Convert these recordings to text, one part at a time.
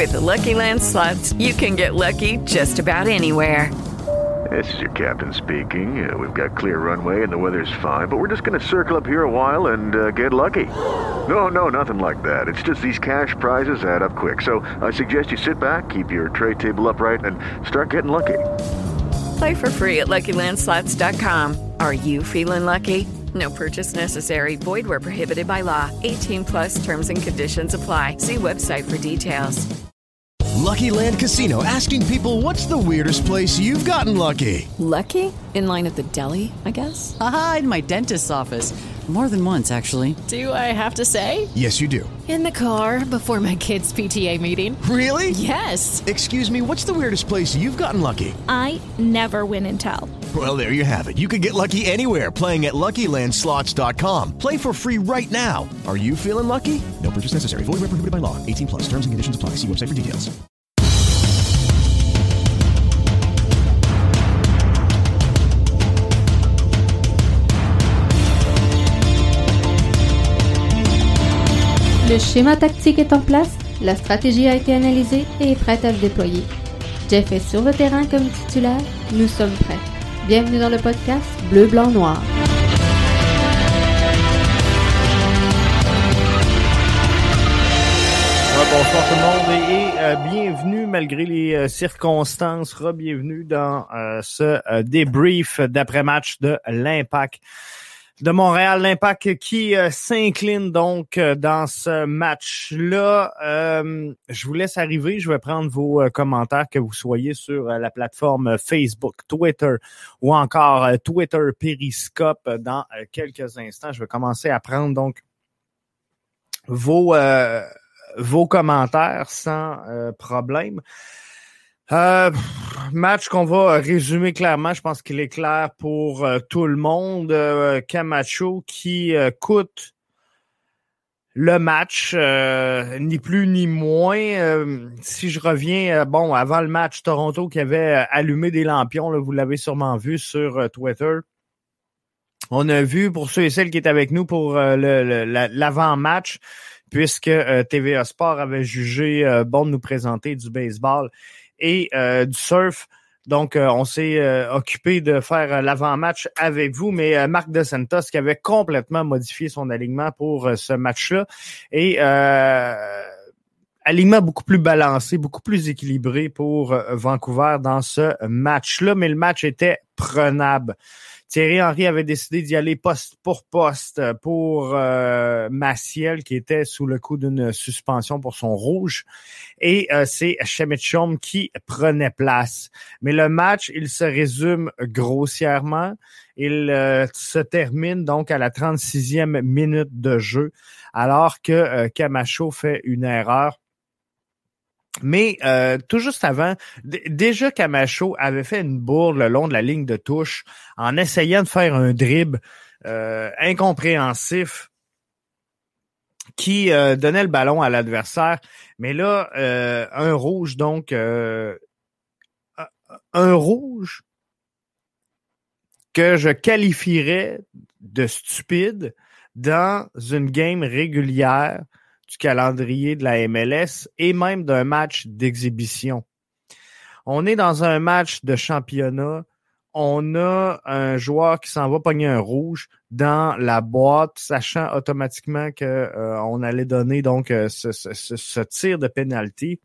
With the Lucky Land Slots, you can get lucky just about anywhere. This is your captain speaking. We've got clear runway and the weather's fine, but we're just going to circle up here a while and get lucky. No, nothing like that. It's just these cash prizes add up quick. So I suggest you sit back, keep your tray table upright, and start getting lucky. Play for free at LuckyLandSlots.com. Are you feeling lucky? No purchase necessary. Void where prohibited by law. 18 plus terms and conditions apply. See website for details. Lucky Land Casino, asking people, what's the weirdest place you've gotten lucky? Lucky? In line at the deli, I guess? Aha, in my dentist's office. More than once, actually. Do I have to say? Yes, you do. In the car before my kids' PTA meeting. Really? Yes. Excuse me, what's the weirdest place you've gotten lucky? I never win and tell. Well, there you have it. You can get lucky anywhere, playing at LuckyLandSlots.com. Play for free right now. Are you feeling lucky? No purchase necessary. Void where prohibited by law. 18 plus. Terms and conditions apply. See website for details. Le schéma tactique est en place, la stratégie a été analysée et est prête à se déployer. Jeff est sur le terrain comme titulaire, nous sommes prêts. Bienvenue dans le podcast Bleu, Blanc, Noir. Bonsoir tout le monde et bienvenue malgré les circonstances, bienvenue dans ce débrief d'après-match de l'Impact de Montréal. L'Impact qui s'incline donc dans ce match-là. Je vous laisse arriver. Je vais prendre vos commentaires, que vous soyez sur la plateforme Facebook, Twitter ou encore Twitter Periscope dans quelques instants. Je vais commencer à prendre donc vos commentaires sans problème. Match qu'on va résumer clairement. Je pense qu'il est clair pour tout le monde. Camacho qui coûte le match, ni plus ni moins. Si je reviens, avant le match, Toronto qui avait allumé des lampions, là, vous l'avez sûrement vu sur Twitter. On a vu, pour ceux et celles qui étaient avec nous pour l'avant-match, puisque TVA Sport avait jugé bon de nous présenter du baseball et du surf. Donc, on s'est occupé de faire l'avant-match avec vous, mais Marc Dos Santos qui avait complètement modifié son alignement pour ce match-là et alignement beaucoup plus balancé, beaucoup plus équilibré pour Vancouver dans ce match-là, mais le match était prenable. Thierry Henry avait décidé d'y aller poste pour poste pour Maciel, qui était sous le coup d'une suspension pour son rouge. Et c'est Shemetchom qui prenait place. Mais le match, il se résume grossièrement. Il se termine donc à la 36e minute de jeu, alors que Camacho fait une erreur. Mais tout juste avant, déjà Camacho avait fait une bourde le long de la ligne de touche en essayant de faire un dribble incompréhensif qui donnait le ballon à l'adversaire. Mais là, un rouge, donc un rouge que je qualifierais de stupide dans une game régulière du calendrier de la MLS et même d'un match d'exhibition. On est dans un match de championnat. On a un joueur qui s'en va pogner un rouge dans la boîte, sachant automatiquement que on allait donner donc ce tir de penalty.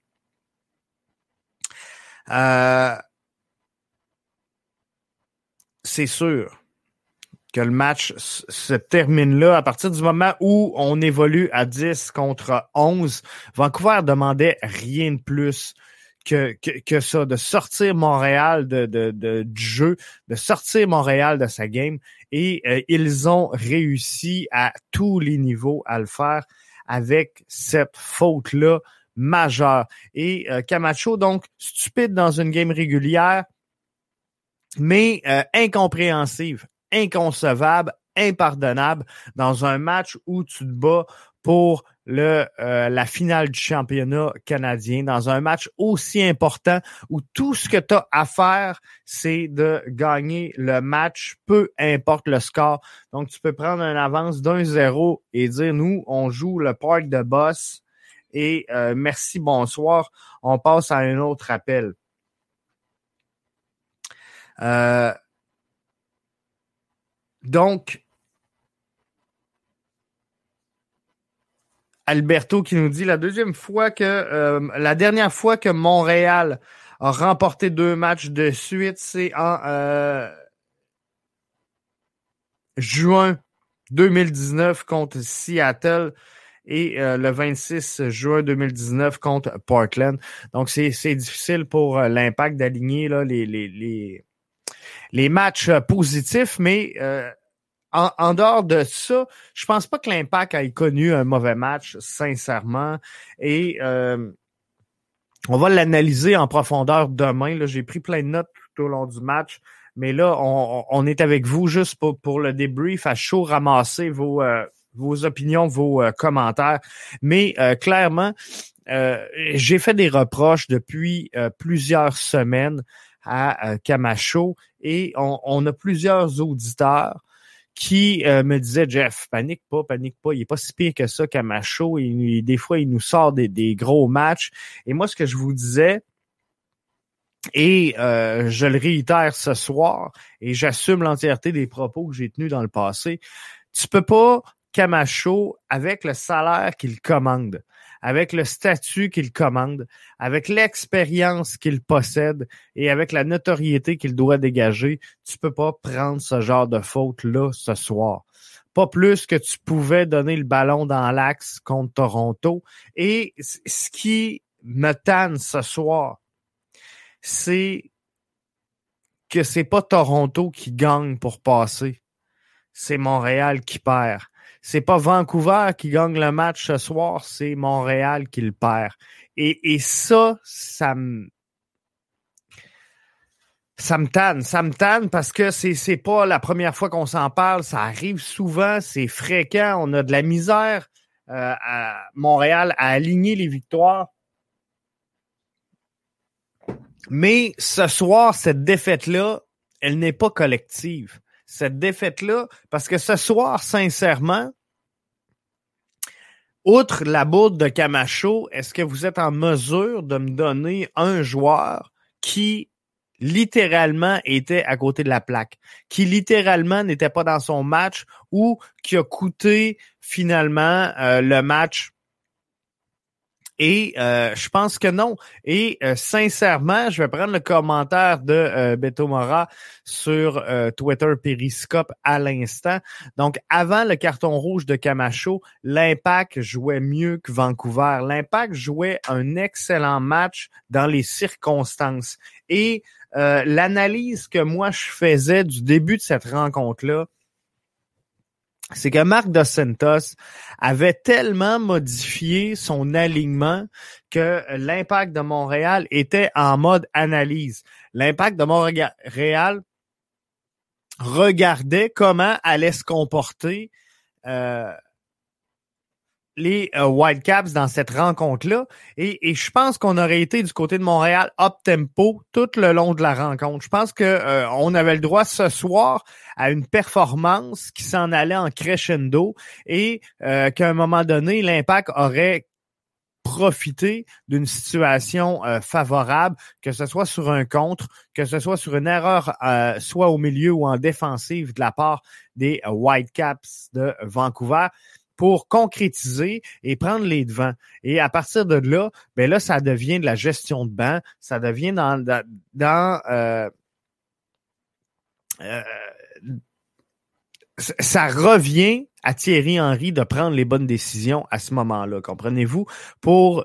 C'est sûr que le match se termine là. À partir du moment où on évolue à 10 contre 11, Vancouver demandait rien de plus que ça, de sortir Montréal du jeu, de sortir Montréal de sa game. Et ils ont réussi à tous les niveaux à le faire avec cette faute-là majeure. Et Camacho, donc, stupide dans une game régulière, mais incompréhensible, inconcevable, impardonnable dans un match où tu te bats pour la finale du championnat canadien, dans un match aussi important où tout ce que tu as à faire, c'est de gagner le match, peu importe le score. Donc, tu peux prendre une avance d'1-0 et dire, nous, on joue le parc de boss Et merci, bonsoir. On passe à un autre appel. Donc, Alberto qui nous dit la dernière fois que Montréal a remporté 2 matchs de suite, c'est en juin 2019 contre Seattle et le 26 juin 2019 contre Portland. Donc, c'est difficile pour l'Impact d'aligner là, les matchs positifs, mais en dehors de ça, je pense pas que l'Impact ait connu un mauvais match, sincèrement. Et on va l'analyser en profondeur demain. Là, j'ai pris plein de notes tout au long du match. Mais là, on est avec vous juste pour le débrief à chaud, ramasser vos opinions, vos commentaires. Mais clairement, j'ai fait des reproches depuis plusieurs semaines à Camacho et on a plusieurs auditeurs qui me disaient « Jeff, panique pas, il est pas si pire que ça Camacho. Et des fois, il nous sort des gros matchs. » Et moi, ce que je vous disais, et je le réitère ce soir, et j'assume l'entièreté des propos que j'ai tenus dans le passé, tu peux pas, Camacho, avec le salaire qu'il commande, avec le statut qu'il commande, avec l'expérience qu'il possède et avec la notoriété qu'il doit dégager, tu peux pas prendre ce genre de faute-là ce soir. Pas plus que tu pouvais donner le ballon dans l'axe contre Toronto. Et ce qui me tanne ce soir, c'est que c'est pas Toronto qui gagne pour passer. C'est Montréal qui perd. C'est pas Vancouver qui gagne le match ce soir, c'est Montréal qui le perd. Et ça me tanne parce que c'est pas la première fois qu'on s'en parle, ça arrive souvent, c'est fréquent, on a de la misère à Montréal à aligner les victoires. Mais ce soir, cette défaite-là, elle n'est pas collective. Cette défaite-là, parce que ce soir, sincèrement, outre la bourde de Camacho, est-ce que vous êtes en mesure de me donner un joueur qui littéralement était à côté de la plaque, qui littéralement n'était pas dans son match ou qui a coûté finalement le match? Et je pense que non. Et sincèrement, je vais prendre le commentaire de Beto Mora sur Twitter Periscope à l'instant. Donc, avant le carton rouge de Camacho, l'Impact jouait mieux que Vancouver. L'Impact jouait un excellent match dans les circonstances. Et l'analyse que moi je faisais du début de cette rencontre-là, c'est que Marc Dos Santos avait tellement modifié son alignement que l'Impact de Montréal était en mode analyse. L'Impact de Montréal regardait comment allaient se comporter les Whitecaps dans cette rencontre-là. Et je pense qu'on aurait été du côté de Montréal up-tempo tout le long de la rencontre. Je pense que on avait le droit ce soir à une performance qui s'en allait en crescendo et qu'à un moment donné, l'Impact aurait profité d'une situation favorable, que ce soit sur un contre, que ce soit sur une erreur soit au milieu ou en défensive de la part des Whitecaps de Vancouver, pour concrétiser et prendre les devants. Et à partir de là, ben là, ça devient de la gestion de banc, ça devient ça revient à Thierry Henry de prendre les bonnes décisions à ce moment-là, comprenez-vous, pour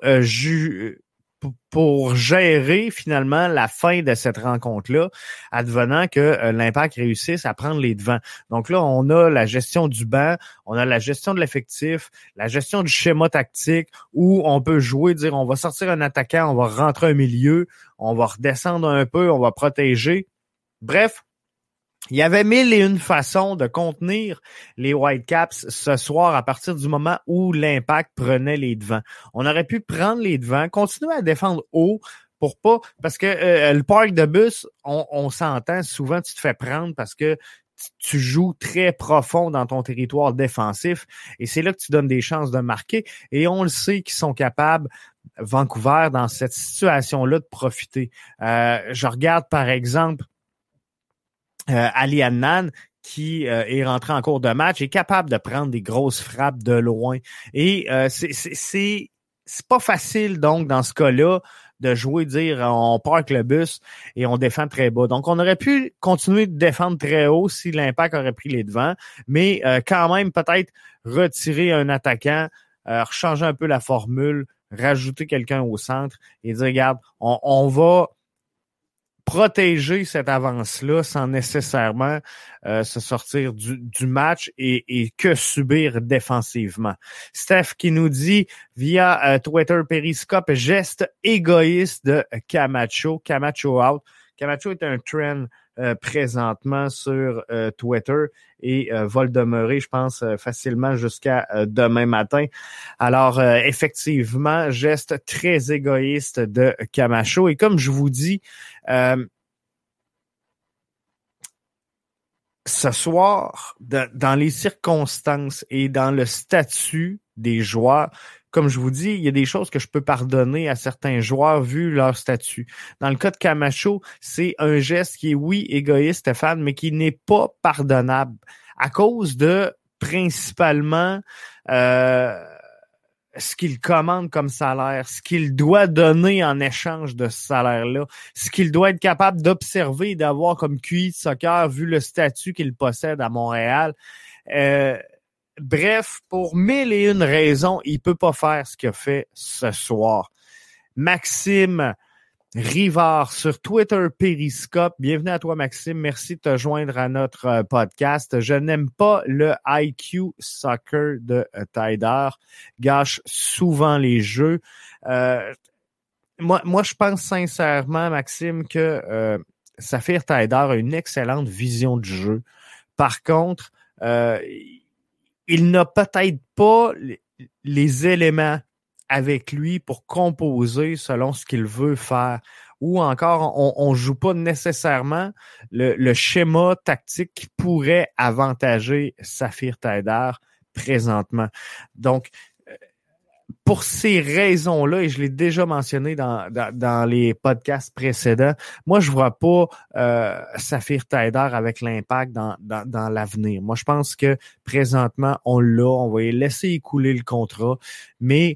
gérer finalement la fin de cette rencontre-là, advenant que l'Impact réussisse à prendre les devants. Donc là, on a la gestion du banc, on a la gestion de l'effectif, la gestion du schéma tactique, où on peut jouer, dire on va sortir un attaquant, on va rentrer un milieu, on va redescendre un peu, on va protéger. Bref, il y avait 1001 façons de contenir les Whitecaps ce soir à partir du moment où l'Impact prenait les devants. On aurait pu prendre les devants, continuer à défendre haut pour pas... Parce que le parc de bus, on s'entend, souvent tu te fais prendre parce que tu joues très profond dans ton territoire défensif et c'est là que tu donnes des chances de marquer. Et on le sait qu'ils sont capables, Vancouver, dans cette situation-là, de profiter. Je regarde, par exemple, Ali Adnan, qui est rentré en cours de match, est capable de prendre des grosses frappes de loin. Et c'est pas facile, donc, dans ce cas-là, de jouer, dire on parque le bus et on défend très bas. Donc, on aurait pu continuer de défendre très haut si l'Impact aurait pris les devants, mais quand même, peut-être retirer un attaquant, rechanger un peu la formule, rajouter quelqu'un au centre et dire, regarde, on va protéger cette avance-là sans nécessairement se sortir du match et que subir défensivement. Steph qui nous dit via Twitter Periscope, geste égoïste de Camacho. Camacho out. Camacho est un trend présentement sur Twitter et va le demeurer, je pense, facilement jusqu'à demain matin. Alors, effectivement, geste très égoïste de Camacho. Et comme je vous dis, ce soir, dans les circonstances et dans le statut des joueurs, comme je vous dis, il y a des choses que je peux pardonner à certains joueurs vu leur statut. Dans le cas de Camacho, c'est un geste qui est, oui, égoïste, Stéphane, mais qui n'est pas pardonnable à cause de, principalement, ce qu'il commande comme salaire, ce qu'il doit donner en échange de ce salaire-là, ce qu'il doit être capable d'observer et d'avoir comme QI de soccer vu le statut qu'il possède à Montréal. Bref, pour 1001 raisons, il peut pas faire ce qu'il a fait ce soir. Maxime Rivard sur Twitter Periscope. Bienvenue à toi, Maxime. Merci de te joindre à notre podcast. Je n'aime pas le IQ soccer de Taider. Gâche souvent les jeux. Moi, je pense sincèrement, Maxime, que Saphir Taider a une excellente vision du jeu. Par contre, il n'a peut-être pas les éléments avec lui pour composer selon ce qu'il veut faire. Ou encore, on joue pas nécessairement le schéma tactique qui pourrait avantager Saphir Taider présentement. Donc, pour ces raisons-là, et je l'ai déjà mentionné dans les podcasts précédents, moi, je vois pas Saphir Taider avec l'Impact dans l'avenir. Moi, je pense que présentement, on va y laisser écouler le contrat, mais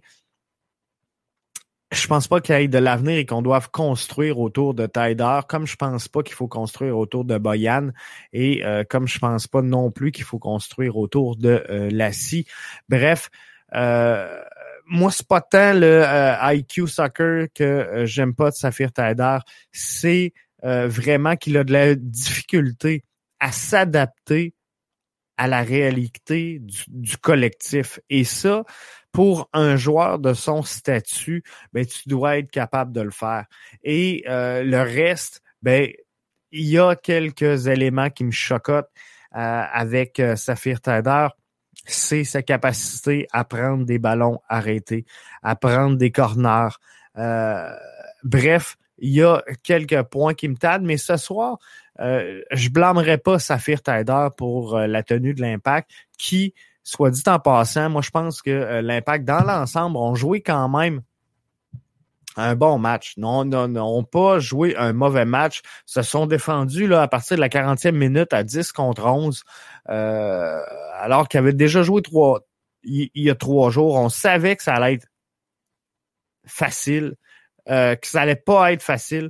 je pense pas qu'il y ait de l'avenir et qu'on doive construire autour de Taider, comme je pense pas qu'il faut construire autour de Boyan et comme je pense pas non plus qu'il faut construire autour de Lassie. Bref, moi, c'est pas tant le IQ soccer que j'aime pas de Saphir Taider, c'est vraiment qu'il a de la difficulté à s'adapter à la réalité du collectif. Et ça, pour un joueur de son statut, ben tu dois être capable de le faire. Et le reste, ben il y a quelques éléments qui me chocotent avec Saphir Taider. C'est sa capacité à prendre des ballons arrêtés, à prendre des corners. Bref, il y a quelques points qui me tannent, mais ce soir, je blâmerais pas Saphir Taider pour la tenue de l'Impact qui, soit dit en passant, moi je pense que l'Impact dans l'ensemble ont joué quand même un bon match. Non, pas joué un mauvais match. Se sont défendus là à partir de la 40e minute à 10 contre 11, alors qu'ils avaient déjà joué il y a 3 jours. On savait que ça allait être facile, que ça allait pas être facile.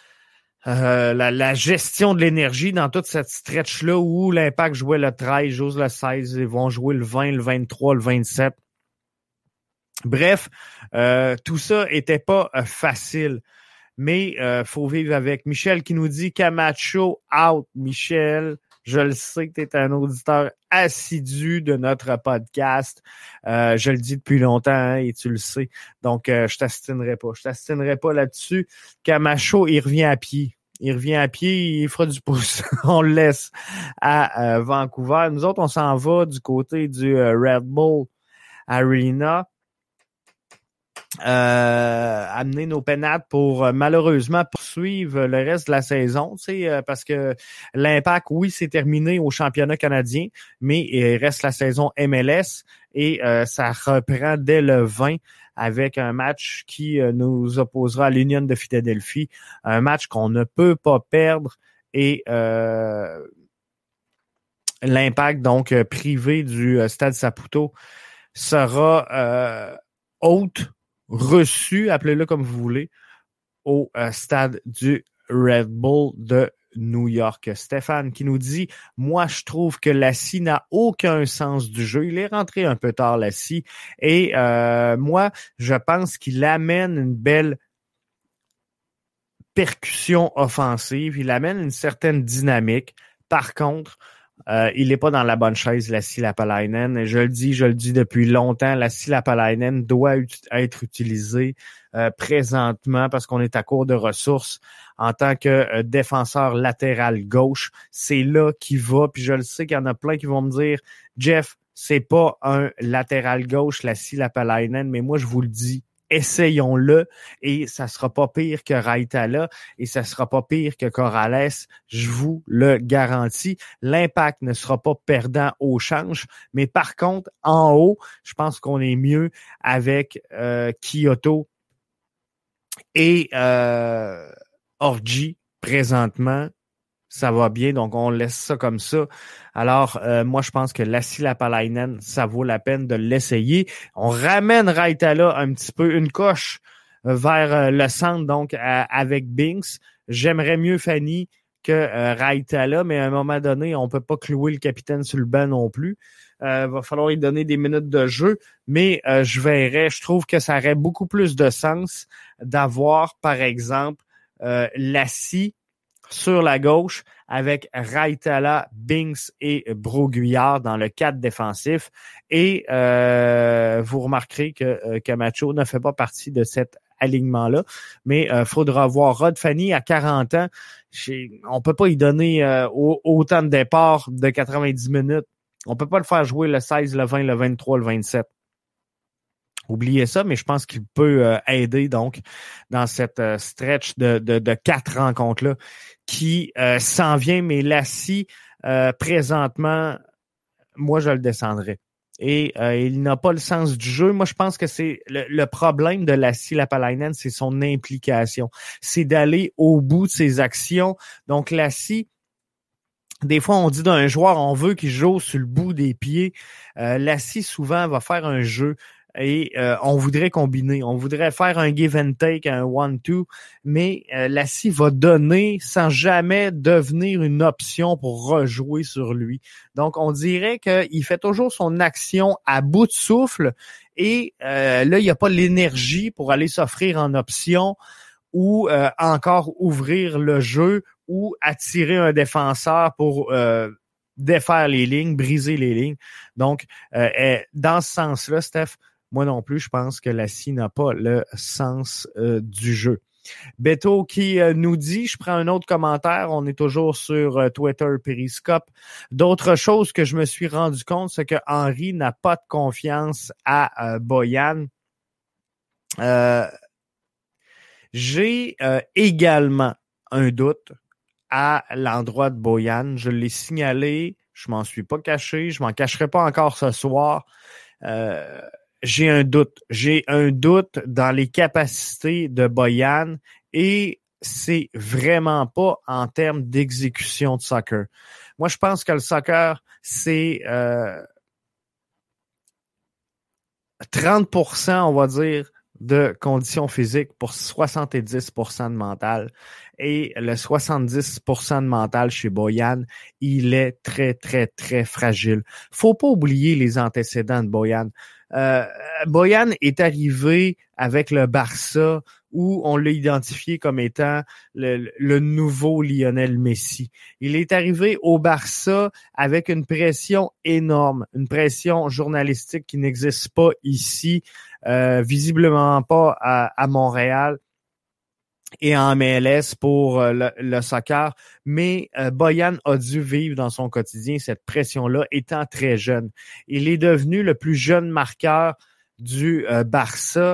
La gestion de l'énergie dans toute cette stretch-là où l'Impact jouait le 13, j'ose le 16, ils vont jouer le 20, le 23, le 27. Bref, tout ça était pas facile, mais faut vivre avec. Michel qui nous dit Camacho out. Michel, je le sais que tu es un auditeur assidu de notre podcast. Je le dis depuis longtemps hein, et tu le sais. Donc, je t'astinerai pas. Je t'astinerai pas là-dessus. Camacho, il revient à pied. Il fera du pouce. On le laisse à Vancouver. Nous autres, on s'en va du côté du Red Bull Arena. amener nos pénades pour malheureusement poursuivre le reste de la saison, parce que l'Impact, oui, c'est terminé au championnat canadien, mais il reste la saison MLS et ça reprend dès le 20 avec un match qui nous opposera à l'Union de Philadelphie, un match qu'on ne peut pas perdre et l'Impact, donc privé du Stade Saputo, sera reçu, appelez-le comme vous voulez, au stade du Red Bull de New York. Stéphane qui nous dit « Moi, je trouve que Lassie n'a aucun sens du jeu. » Il est rentré un peu tard, Lassie. Et moi, je pense qu'il amène une belle percussion offensive. Il amène une certaine dynamique. Par contre, il n'est pas dans la bonne chaise, Lassi Lappalainen. Je le dis depuis longtemps, Lassi Lappalainen doit être utilisé présentement parce qu'on est à court de ressources en tant que défenseur latéral gauche. C'est là qu'il va, puis je le sais qu'il y en a plein qui vont me dire « Jeff, c'est pas un latéral gauche, Lassi Lappalainen, mais moi je vous le dis, essayons-le et ça sera pas pire que Raitala et ça sera pas pire que Corrales, je vous le garantis. L'Impact ne sera pas perdant au change, mais par contre, en haut, je pense qu'on est mieux avec Kyoto et Orji présentement. Ça va bien, donc on laisse ça comme ça. Alors, moi, je pense que Lassi Lappalainen, ça vaut la peine de l'essayer. On ramène Raitala un petit peu, une coche vers le centre, donc avec Binks. J'aimerais mieux Fanny que Raitala, mais à un moment donné, on peut pas clouer le capitaine sur le banc non plus. Va falloir lui donner des minutes de jeu, mais je trouve que ça aurait beaucoup plus de sens d'avoir, par exemple, Lassi sur la gauche avec Raitala, Binks et Broguillard dans le 4 défensif. Et vous remarquerez que Camacho ne fait pas partie de cet alignement-là. Mais faudra voir Rod Fanny à 40 ans. On peut pas y donner autant de départ de 90 minutes. On peut pas le faire jouer le 16, le 20, le 23, le 27. Oubliez ça, mais je pense qu'il peut aider donc dans cette stretch de 4 rencontres-là qui s'en vient. Mais Lassi, présentement, moi, je le descendrais. Et il n'a pas le sens du jeu. Moi, je pense que c'est le problème de Lassi Lappalainen, c'est son implication. C'est d'aller au bout de ses actions. Donc, Lassi, des fois, on dit d'un joueur, on veut qu'il joue sur le bout des pieds. Lassi, souvent, va faire un jeu. Et on voudrait combiner, on voudrait faire un give and take, un 1-2, mais Lassi va donner sans jamais devenir une option pour rejouer sur lui. Donc, on dirait qu'il fait toujours son action à bout de souffle et là, il n'y a pas l'énergie pour aller s'offrir en option ou encore ouvrir le jeu ou attirer un défenseur pour défaire les lignes, briser les lignes. Donc, dans ce sens-là, Steph, moi non plus, je pense que Lassi n'a pas le sens du jeu. Beto qui nous dit, je prends un autre commentaire, on est toujours sur Twitter, Periscope. D'autres choses que je me suis rendu compte, c'est que Henry n'a pas de confiance à Boyan. J'ai également un doute à l'endroit de Boyan. Je l'ai signalé, je m'en suis pas caché, je m'en cacherai pas encore ce soir. J'ai un doute dans les capacités de Boyan et c'est vraiment pas en termes d'exécution de soccer. Moi, je pense que le soccer, c'est 30%, on va dire, de conditions physiques pour 70% de mental. Et le 70% de mental chez Boyan, il est très, très, très fragile. Faut pas oublier les antécédents de Boyan. Boyan est arrivé avec le Barça où on l'a identifié comme étant le nouveau Lionel Messi. Il est arrivé au Barça avec une pression énorme, une pression journalistique qui n'existe pas ici, visiblement pas à Montréal et en MLS pour le soccer, mais Boyan a dû vivre dans son quotidien cette pression-là étant très jeune. Il est devenu le plus jeune marqueur du Barça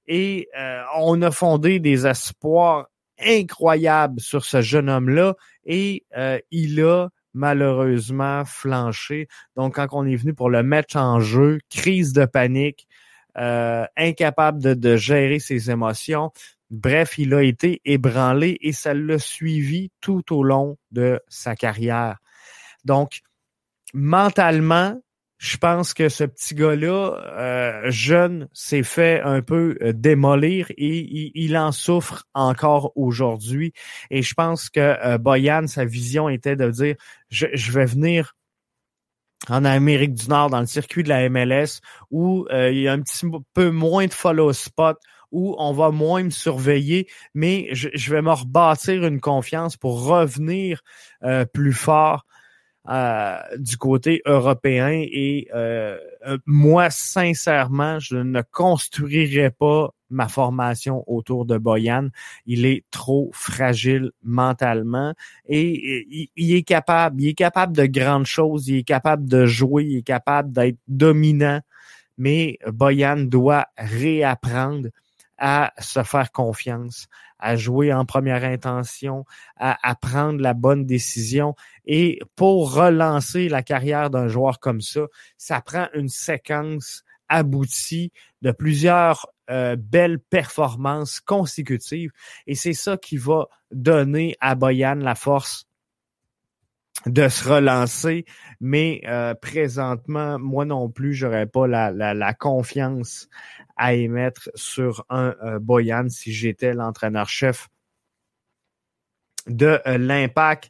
et on a fondé des espoirs incroyables sur ce jeune homme-là et il a malheureusement flanché. Donc, quand on est venu pour le mettre en jeu, crise de panique, incapable de gérer ses émotions. Bref, il a été ébranlé et ça l'a suivi tout au long de sa carrière. Donc, mentalement, je pense que ce petit gars-là, jeune, s'est fait un peu démolir et il en souffre encore aujourd'hui. Et je pense que Bojan, sa vision était de dire je vais venir en Amérique du Nord, dans le circuit de la MLS, où il y a un petit peu moins de follow spot, où on va moins me surveiller, mais je vais me rebâtir une confiance pour revenir plus fort du côté européen. Et moi, sincèrement, je ne construirais pas ma formation autour de Bojan. Il est trop fragile mentalement et il est capable de grandes choses, il est capable de jouer, il est capable d'être dominant, mais Bojan doit réapprendre à se faire confiance, à jouer en première intention, à prendre la bonne décision. Et pour relancer la carrière d'un joueur comme ça prend une séquence aboutie de plusieurs belles performances consécutives. Et c'est ça qui va donner à Bojan la force de se relancer. Mais présentement, moi non plus, j'aurais pas la confiance à émettre sur un Bojan si j'étais l'entraîneur-chef de l'Impact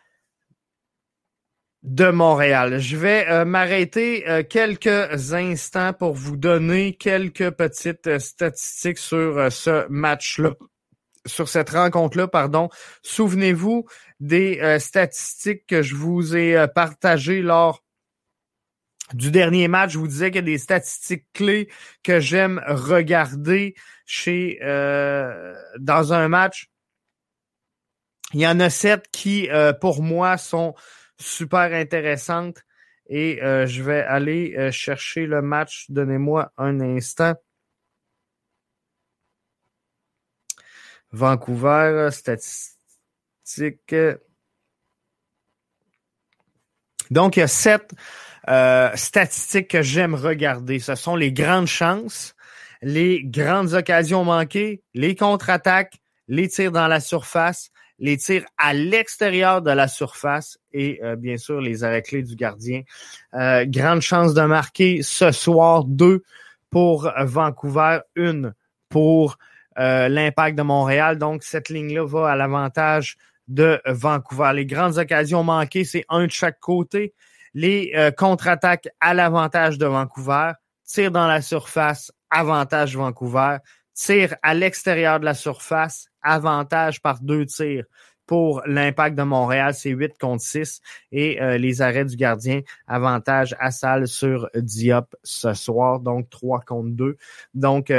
de Montréal. Je vais m'arrêter quelques instants pour vous donner quelques petites statistiques sur ce match-là, sur cette rencontre-là, pardon. Souvenez-vous des statistiques que je vous ai partagées lors du dernier match. Je vous disais qu'il y a des statistiques clés que j'aime regarder dans un match. Il y en a 7 qui, pour moi, sont super intéressantes et je vais aller chercher le match. Donnez-moi un instant. Vancouver, statistiques. Donc, il y a 7 statistiques que j'aime regarder. Ce sont les grandes chances, les grandes occasions manquées, les contre-attaques, les tirs dans la surface, les tirs à l'extérieur de la surface et bien sûr les arrêts-clés du gardien. Grande chance de marquer ce soir, 2 pour Vancouver, 1 pour l'Impact de Montréal. Donc, cette ligne-là va à l'avantage de Vancouver. Les grandes occasions manquées, c'est 1 de chaque côté. Les contre-attaques à l'avantage de Vancouver. Tir dans la surface, avantage Vancouver. Tir à l'extérieur de la surface, avantage par 2 tirs pour l'Impact de Montréal, c'est 8 contre 6. Et les arrêts du gardien, avantage à Salle sur Diop ce soir, donc 3 contre 2. Donc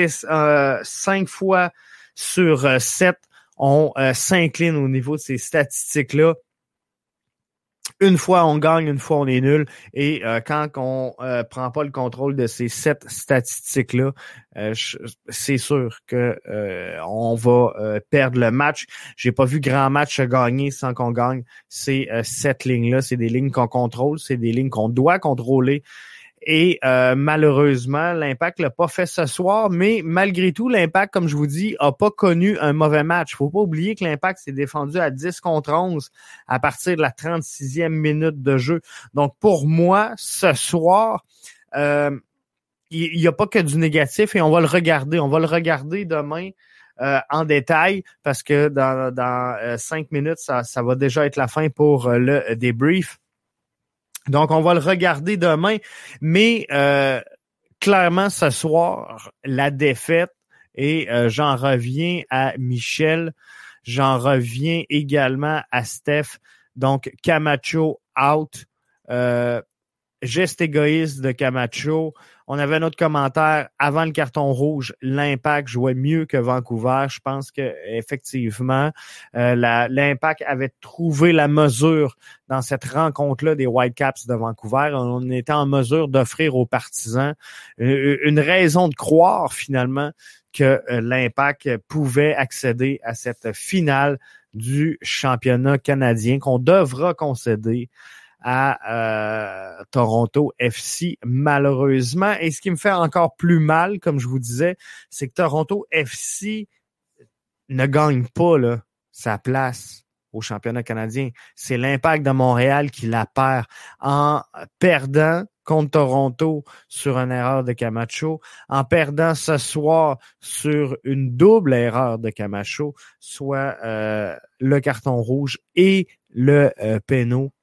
5 fois sur 7, on s'incline au niveau de ces statistiques-là. Une fois on gagne, une fois on est nul. Et quand on prend pas le contrôle de ces 7 statistiques-là, c'est sûr que on va perdre le match. J'ai pas vu grand match gagner sans qu'on gagne ces 7 lignes-là. C'est des lignes qu'on contrôle, c'est des lignes qu'on doit contrôler. Et malheureusement, l'Impact l'a pas fait ce soir, mais malgré tout, l'Impact, comme je vous dis, a pas connu un mauvais match. Faut pas oublier que l'Impact s'est défendu à 10 contre 11 à partir de la 36e minute de jeu. Donc, pour moi, ce soir, il y a pas que du négatif et on va le regarder. On va le regarder demain en détail parce que dans 5 minutes, ça va déjà être la fin pour le débrief. Donc, on va le regarder demain, mais clairement, ce soir, la défaite, et j'en reviens à Michel, j'en reviens également à Steph. Donc, Camacho out, geste égoïste de Camacho. On avait un autre commentaire avant le carton rouge. L'Impact jouait mieux que Vancouver. Je pense que effectivement, l'Impact avait trouvé la mesure dans cette rencontre-là des Whitecaps de Vancouver. On était en mesure d'offrir aux partisans une raison de croire finalement que l'Impact pouvait accéder à cette finale du championnat canadien qu'on devra concéder à Toronto FC, malheureusement. Et ce qui me fait encore plus mal, comme je vous disais, c'est que Toronto FC ne gagne pas là, sa place au championnat canadien. C'est l'Impact de Montréal qui la perd en perdant contre Toronto sur une erreur de Camacho, en perdant ce soir sur une double erreur de Camacho, soit le carton rouge et le péno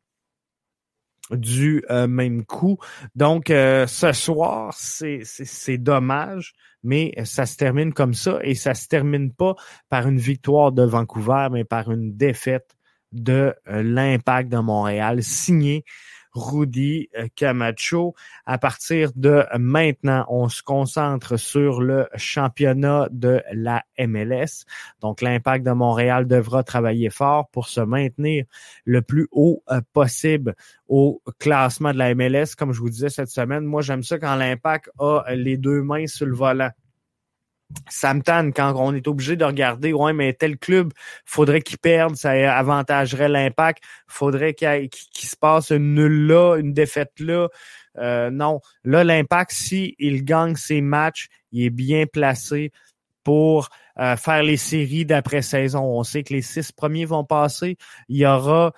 du même coup. Donc, ce soir, c'est dommage, mais ça se termine comme ça et ça se termine pas par une victoire de Vancouver, mais par une défaite de l'Impact de Montréal, signé Rudy Camacho. À partir de maintenant, on se concentre sur le championnat de la MLS. Donc, l'Impact de Montréal devra travailler fort pour se maintenir le plus haut possible au classement de la MLS. Comme je vous disais cette semaine, moi, j'aime ça quand l'Impact a les deux mains sur le volant. Ça me tanne quand on est obligé de regarder, ouais, mais tel club, faudrait qu'il perde, ça avantagerait l'Impact, faudrait qu'il se passe une nulle là, une défaite là. Non, là, l'Impact, si il gagne ses matchs, il est bien placé pour faire les séries d'après-saison. On sait que les 6 premiers vont passer. Il y aura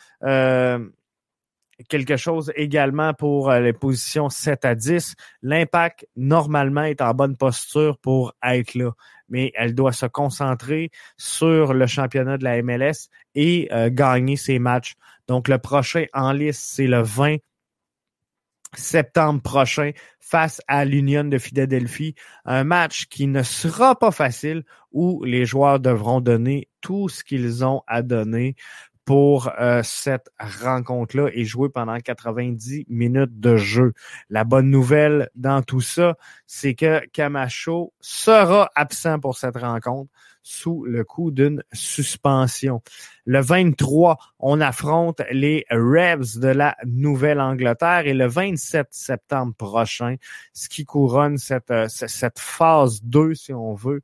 quelque chose également pour les positions 7 à 10. L'Impact, normalement, est en bonne posture pour être là. Mais elle doit se concentrer sur le championnat de la MLS et gagner ses matchs. Donc, le prochain en liste, c'est le 20 septembre prochain face à l'Union de Philadelphie. Un match qui ne sera pas facile où les joueurs devront donner tout ce qu'ils ont à donner pour cette rencontre-là et jouer pendant 90 minutes de jeu. La bonne nouvelle dans tout ça, c'est que Camacho sera absent pour cette rencontre sous le coup d'une suspension. Le 23, on affronte les Revs de la Nouvelle-Angleterre et le 27 septembre prochain, ce qui couronne cette phase 2, si on veut,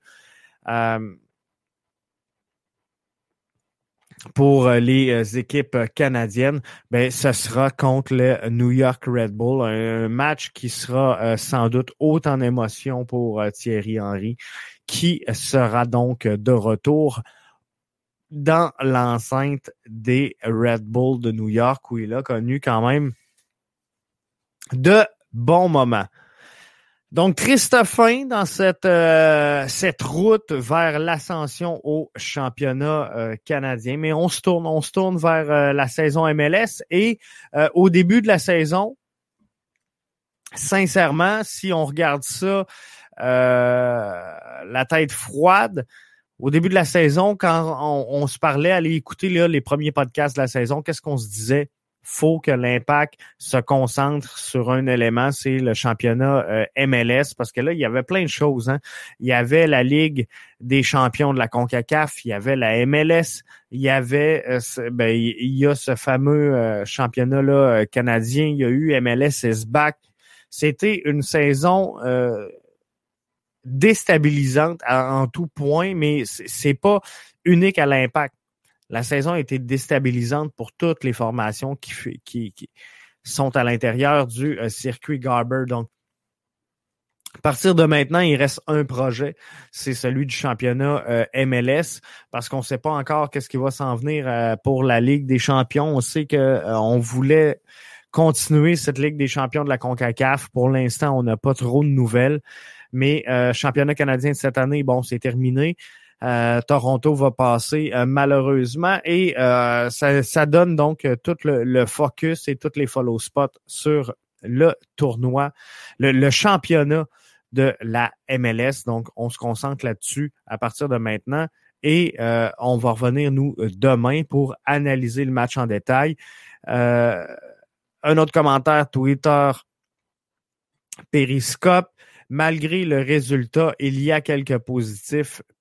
pour les équipes canadiennes, ben ce sera contre le New York Red Bull, un match qui sera sans doute haut en émotion pour Thierry Henry, qui sera donc de retour dans l'enceinte des Red Bull de New York, où il a connu quand même de bons moments. Donc, triste fin dans cette route vers l'ascension au championnat canadien. Mais on se tourne vers la saison MLS. Et au début de la saison, sincèrement, si on regarde ça, la tête froide, au début de la saison, quand on se parlait, aller écouter là, les premiers podcasts de la saison, qu'est-ce qu'on se disait? Faut que l'Impact se concentre sur un élément, c'est le championnat MLS, parce que là, il y avait plein de choses. Hein. Il y avait la Ligue des champions de la CONCACAF, il y avait la MLS, il y avait il y a ce fameux championnat-là canadien, il y a eu MLS is back. C'était une saison déstabilisante en tout point, mais c'est pas unique à l'Impact. La saison a été déstabilisante pour toutes les formations qui sont à l'intérieur du circuit Garber. Donc, à partir de maintenant, il reste un projet, c'est celui du championnat MLS, parce qu'on ne sait pas encore qu'est-ce qui va s'en venir pour la Ligue des champions. On sait qu'on voulait continuer cette Ligue des champions de la CONCACAF. Pour l'instant, on n'a pas trop de nouvelles, mais championnat canadien de cette année, bon, c'est terminé. Toronto va passer malheureusement et ça donne donc tout le focus et tous les follow spots sur le tournoi, le championnat de la MLS. Donc, on se concentre là-dessus à partir de maintenant et on va revenir, nous, demain pour analyser le match en détail. Un autre commentaire, Twitter, Périscope. Malgré le résultat, il y a quelques positifs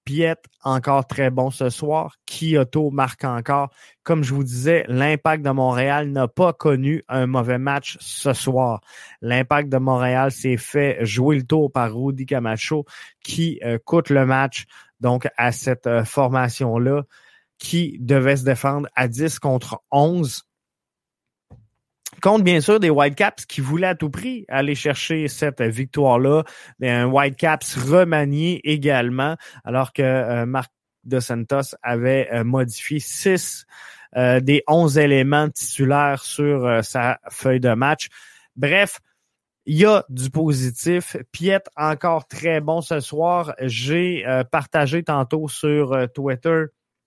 Piet, encore très bon ce soir. Kyoto marque encore. Comme je vous disais, l'Impact de Montréal n'a pas connu un mauvais match ce soir. L'Impact de Montréal s'est fait jouer le tour par Rudy Camacho qui coûte le match donc à cette formation-là qui devait se défendre à 10 contre 11. Contre, bien sûr, des Whitecaps qui voulaient à tout prix aller chercher cette victoire-là. Un Whitecaps remanié également, alors que Marc Dos Santos avait modifié 6 des 11 éléments titulaires sur sa feuille de match. Bref, il y a du positif. Piet, encore très bon ce soir. J'ai partagé tantôt sur Twitter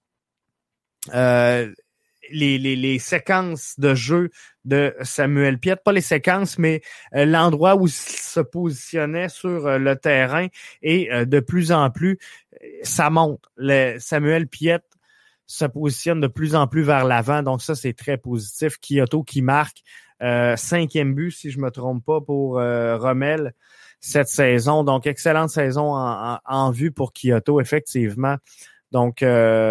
les séquences de jeu de Samuel Piet, pas les séquences, mais l'endroit où il se positionnait sur le terrain et de plus en plus, ça monte. Samuel Piet se positionne de plus en plus vers l'avant, donc ça, c'est très positif. Kyoto qui marque 5e but, si je me trompe pas, pour Rommel cette saison. Donc, excellente saison en vue pour Kyoto, effectivement. Donc,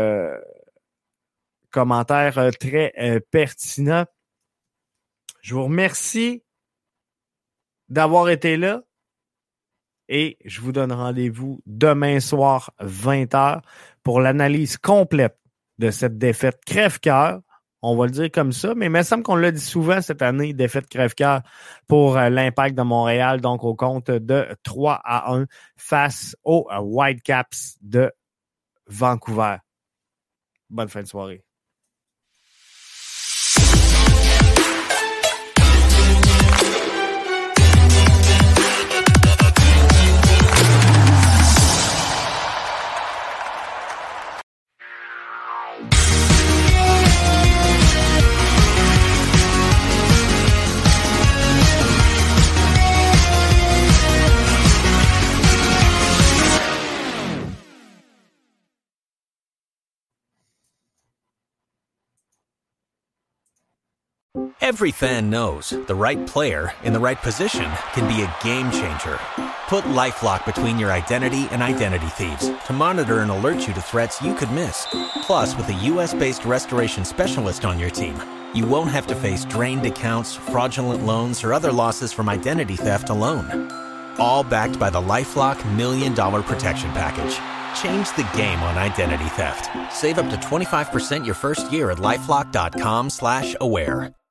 commentaire très pertinent. Je vous remercie d'avoir été là et je vous donne rendez-vous demain soir 20h pour l'analyse complète de cette défaite crève-cœur. On va le dire comme ça, mais il me semble qu'on l'a dit souvent cette année, défaite crève-cœur pour l'Impact de Montréal, donc au compte de 3-1 face aux Whitecaps de Vancouver. Bonne fin de soirée. Every fan knows the right player in the right position can be a game changer. Put LifeLock between your identity and identity thieves to monitor and alert you to threats you could miss. Plus, with a U.S.-based restoration specialist on your team, you won't have to face drained accounts, fraudulent loans, or other losses from identity theft alone. All backed by the LifeLock $1 Million Protection Package. Change the game on identity theft. Save up to 25% your first year at LifeLock.com/aware.